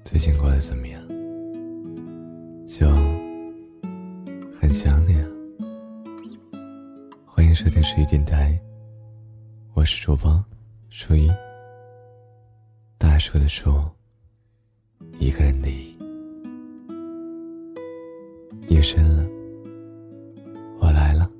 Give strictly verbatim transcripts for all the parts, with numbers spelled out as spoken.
最近过得怎么样？就很想你啊。欢迎收听十一电台，我是主播树一，大树的树，一个人的一。夜深了，我来了。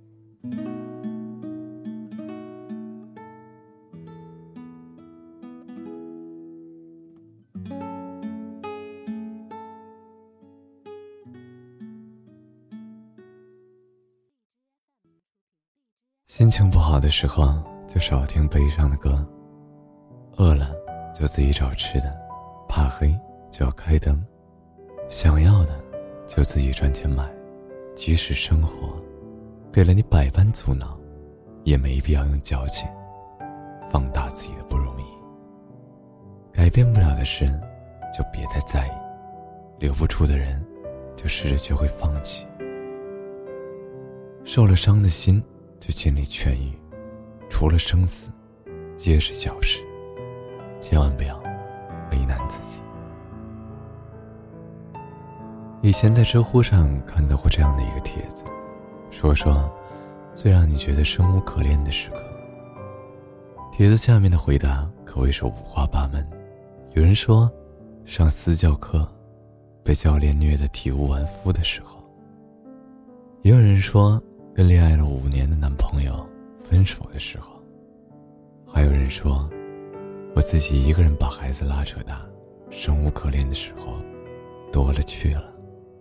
心情不好的时候就少听悲伤的歌，饿了就自己找吃的，怕黑就要开灯，想要的就自己赚钱买。即使生活给了你百般阻挠，也没必要用矫情放大自己的不容易。改变不了的事就别太在意，留不住的人就试着学会放弃。受了伤的心就尽力痊愈，除了生死皆是小事，千万不要为难自己。以前在知乎上看到过这样的一个帖子，说说最让你觉得生无可恋的时刻。帖子下面的回答可谓是五花八门，有人说上私教课被教练虐得体无完肤的时候，也有人说跟恋爱了五年的男朋友分手的时候，还有人说我自己一个人把孩子拉扯大，生无可恋的时候多了去了。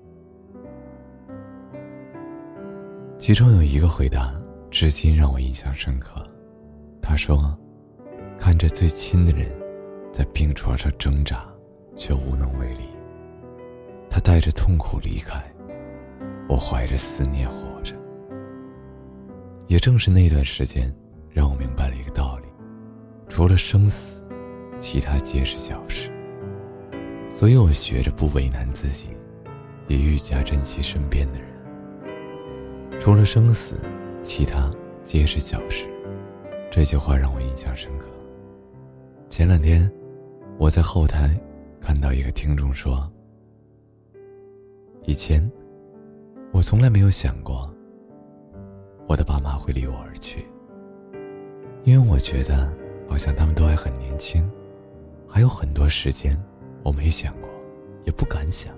其中有一个回答至今让我印象深刻，他说看着最亲的人在病床上挣扎却无能为力，他带着痛苦离开，我怀着思念活着。也正是那段时间让我明白了一个道理，除了生死其他皆是小事。所以我学着不为难自己，也愈加珍惜身边的人。除了生死其他皆是小事，这句话让我印象深刻。前两天我在后台看到一个听众说，以前我从来没有想过我的爸妈会离我而去，因为我觉得好像他们都还很年轻，还有很多时间我没想过也不敢想。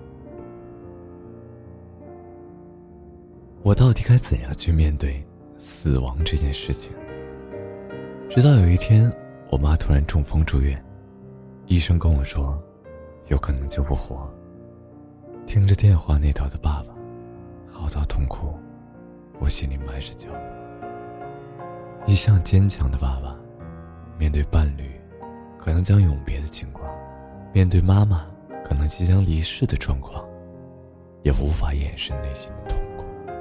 我到底该怎样去面对死亡这件事情？直到有一天我妈突然中风住院，医生跟我说有可能救不活。听着电话那头的爸爸嚎啕痛哭，我心里满是焦虑。一向坚强的爸爸，面对伴侣可能将永别的情况，面对妈妈可能即将离世的状况，也无法掩饰内心的痛苦。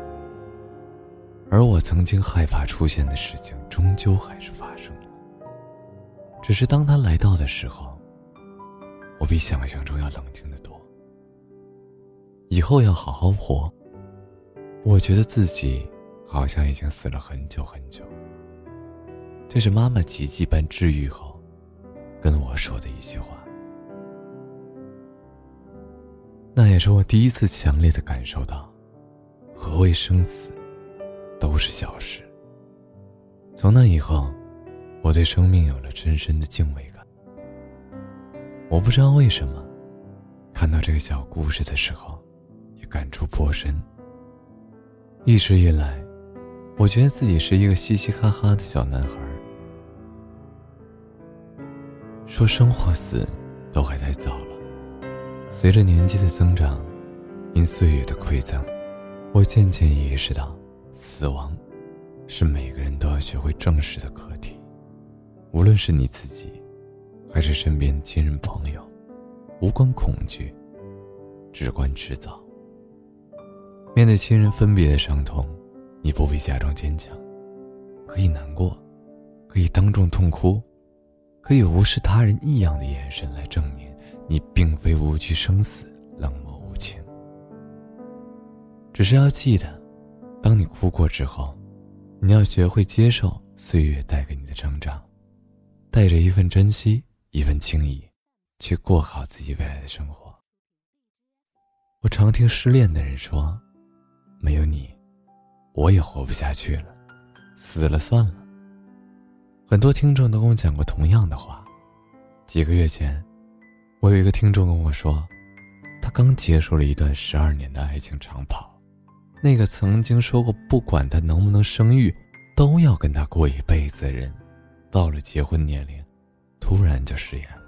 而我曾经害怕出现的事情终究还是发生了，只是当它来到的时候，我比想象中要冷静得多。以后要好好活，我觉得自己好像已经死了很久很久。这是妈妈奇迹般治愈后跟我说的一句话。那也是我第一次强烈地感受到何谓生死都是小事。从那以后，我对生命有了深深的敬畏感。我不知道为什么看到这个小故事的时候也感触颇深。一直以来我觉得自己是一个嘻嘻哈哈的小男孩，说生或死都还太早了。随着年纪的增长，因岁月的馈赠，我渐渐意识到死亡是每个人都要学会正视的课题。无论是你自己还是身边亲人朋友，无关恐惧，只关迟早。面对亲人分别的伤痛，你不必假装坚强，可以难过，可以当众痛哭，可以无视他人异样的眼神来证明你并非无惧生死，冷漠无情。只是要记得，当你哭过之后，你要学会接受岁月带给你的成长，带着一份珍惜，一份轻易， 去过好自己未来的生活。我常听失恋的人说，没有你我也活不下去了，死了算了。很多听众都跟我讲过同样的话。几个月前，我有一个听众跟我说，他刚结束了一段十二年的爱情长跑，那个曾经说过不管他能不能生育都要跟他过一辈子的人，到了结婚年龄突然就食言了。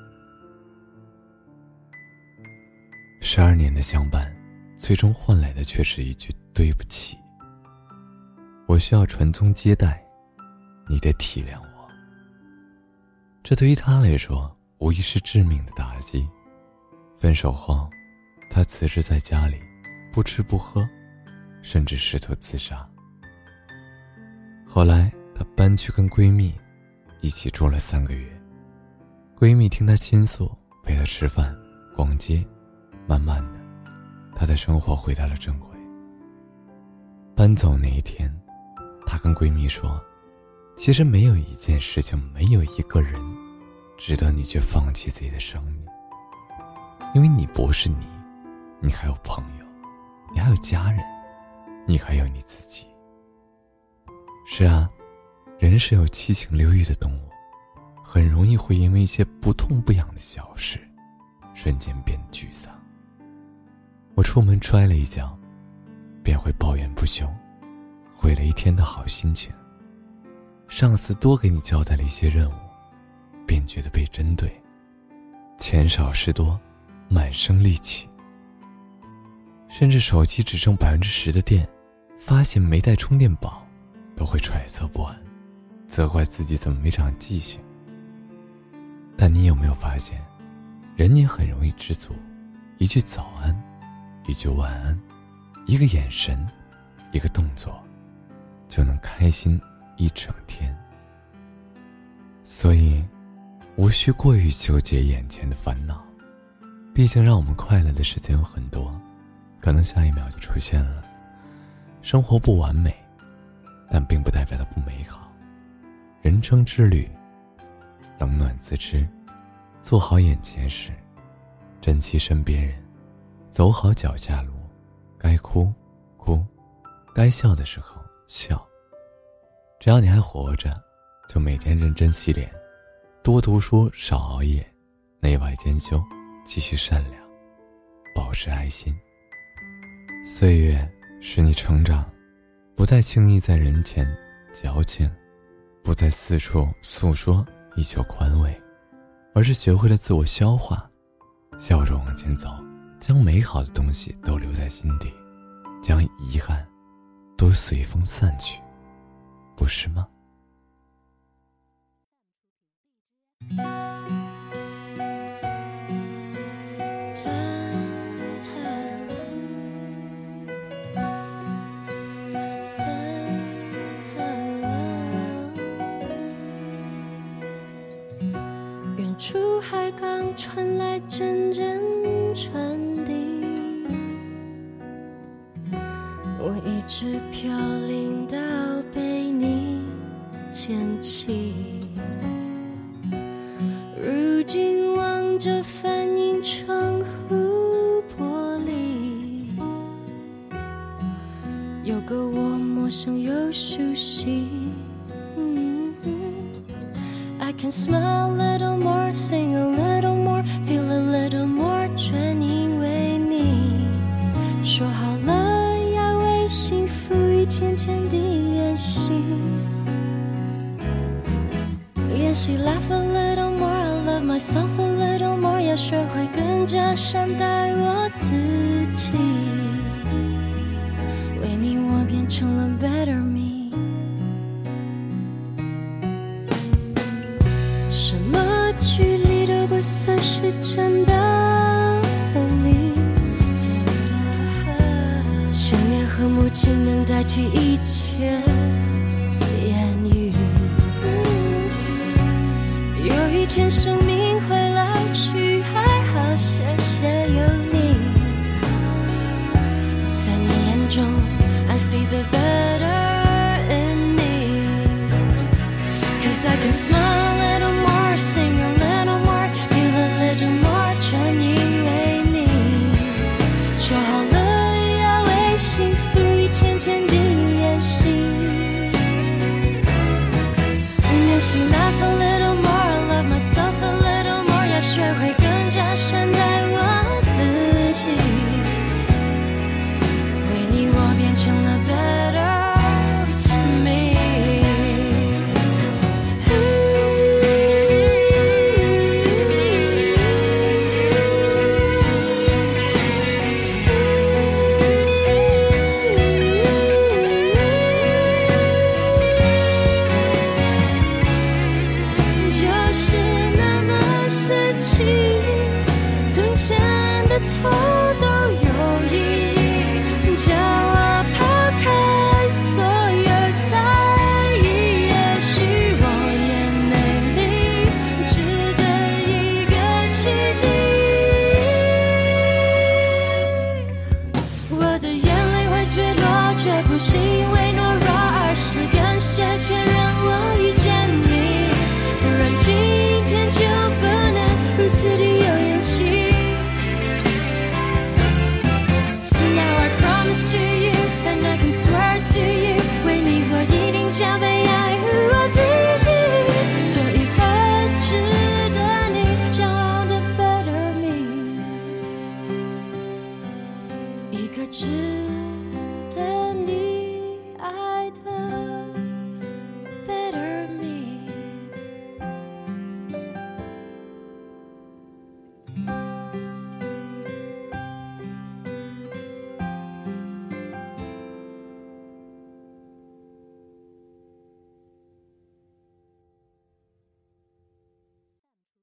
十二年的相伴，最终换来的却是一句对不起。我需要传宗接代，你得体谅我。这对于他来说无疑是致命的打击。分手后，他辞职在家里不吃不喝，甚至试图自杀。后来她搬去跟闺蜜一起住了三个月，闺蜜听她倾诉，陪她吃饭逛街，慢慢的她的生活回到了正轨。搬走那一天，她跟闺蜜说，其实没有一件事情，没有一个人值得你去放弃自己的生命，因为你不是你，你还有朋友，你还有家人，你还有你自己。是啊，人是有七情六欲的动物，很容易会因为一些不痛不痒的小事瞬间变得沮丧。我出门摔了一跤，便会抱怨不休，毁了一天的好心情。上司多给你交代了一些任务，便觉得被针对，钱少事多，满身戾气。甚至手机只剩百分之十的电，发现没带充电宝，都会揣测不安，责怪自己怎么没长记性。但你有没有发现，人也很容易知足，一句早安，一句晚安，一个眼神，一个动作，就能开心一整天。所以无需过于纠结眼前的烦恼，毕竟让我们快乐的事情有很多，可能下一秒就出现了。生活不完美，但并不代表它不美好。人生之旅，冷暖自知，做好眼前事，珍惜身边人，走好脚下路，该哭哭，该笑的时候笑。只要你还活着，就每天认真洗脸，多读书，少熬夜，内外兼修，继续善良，保持爱心。岁月使你成长，不再轻易在人前矫情，不再四处诉说以求宽慰，而是学会了自我消化，笑着往前走，将美好的东西都留在心底，将遗憾都随风散去，不是吗？ 远处海港传来阵阵船笛，我一直飘零到被你捡起，如今望着反映窗户玻璃，有个我陌生又熟悉。I can smile a little more, sing a little more, feel a little more， 全因为你。说好了要为幸福一天天地练习，练习 laugh a little more, I love myself a little more， 要学会更加善待我自己。为你我变成了 better me。什么距离都不算是真的分离，想念和母亲能代替一切言语。有一天生命会老去，还好谢谢有你，在你眼中 I see the better in me， Cause I can smile a little more, sing a little more, feel a little 练习 laugh a little more, love myself a little more， 要学会更加善待我自己。为你，我变成了 better me。就是那么神奇，从前的错都有意义，叫我抛开所有猜疑，也许我也美丽，值得一个奇迹。我的眼泪会坠落，却不是因为懦弱，而是感谢前让我遇见你，不然今天就不能如此的有勇气。Now I promise to you and I can swear to you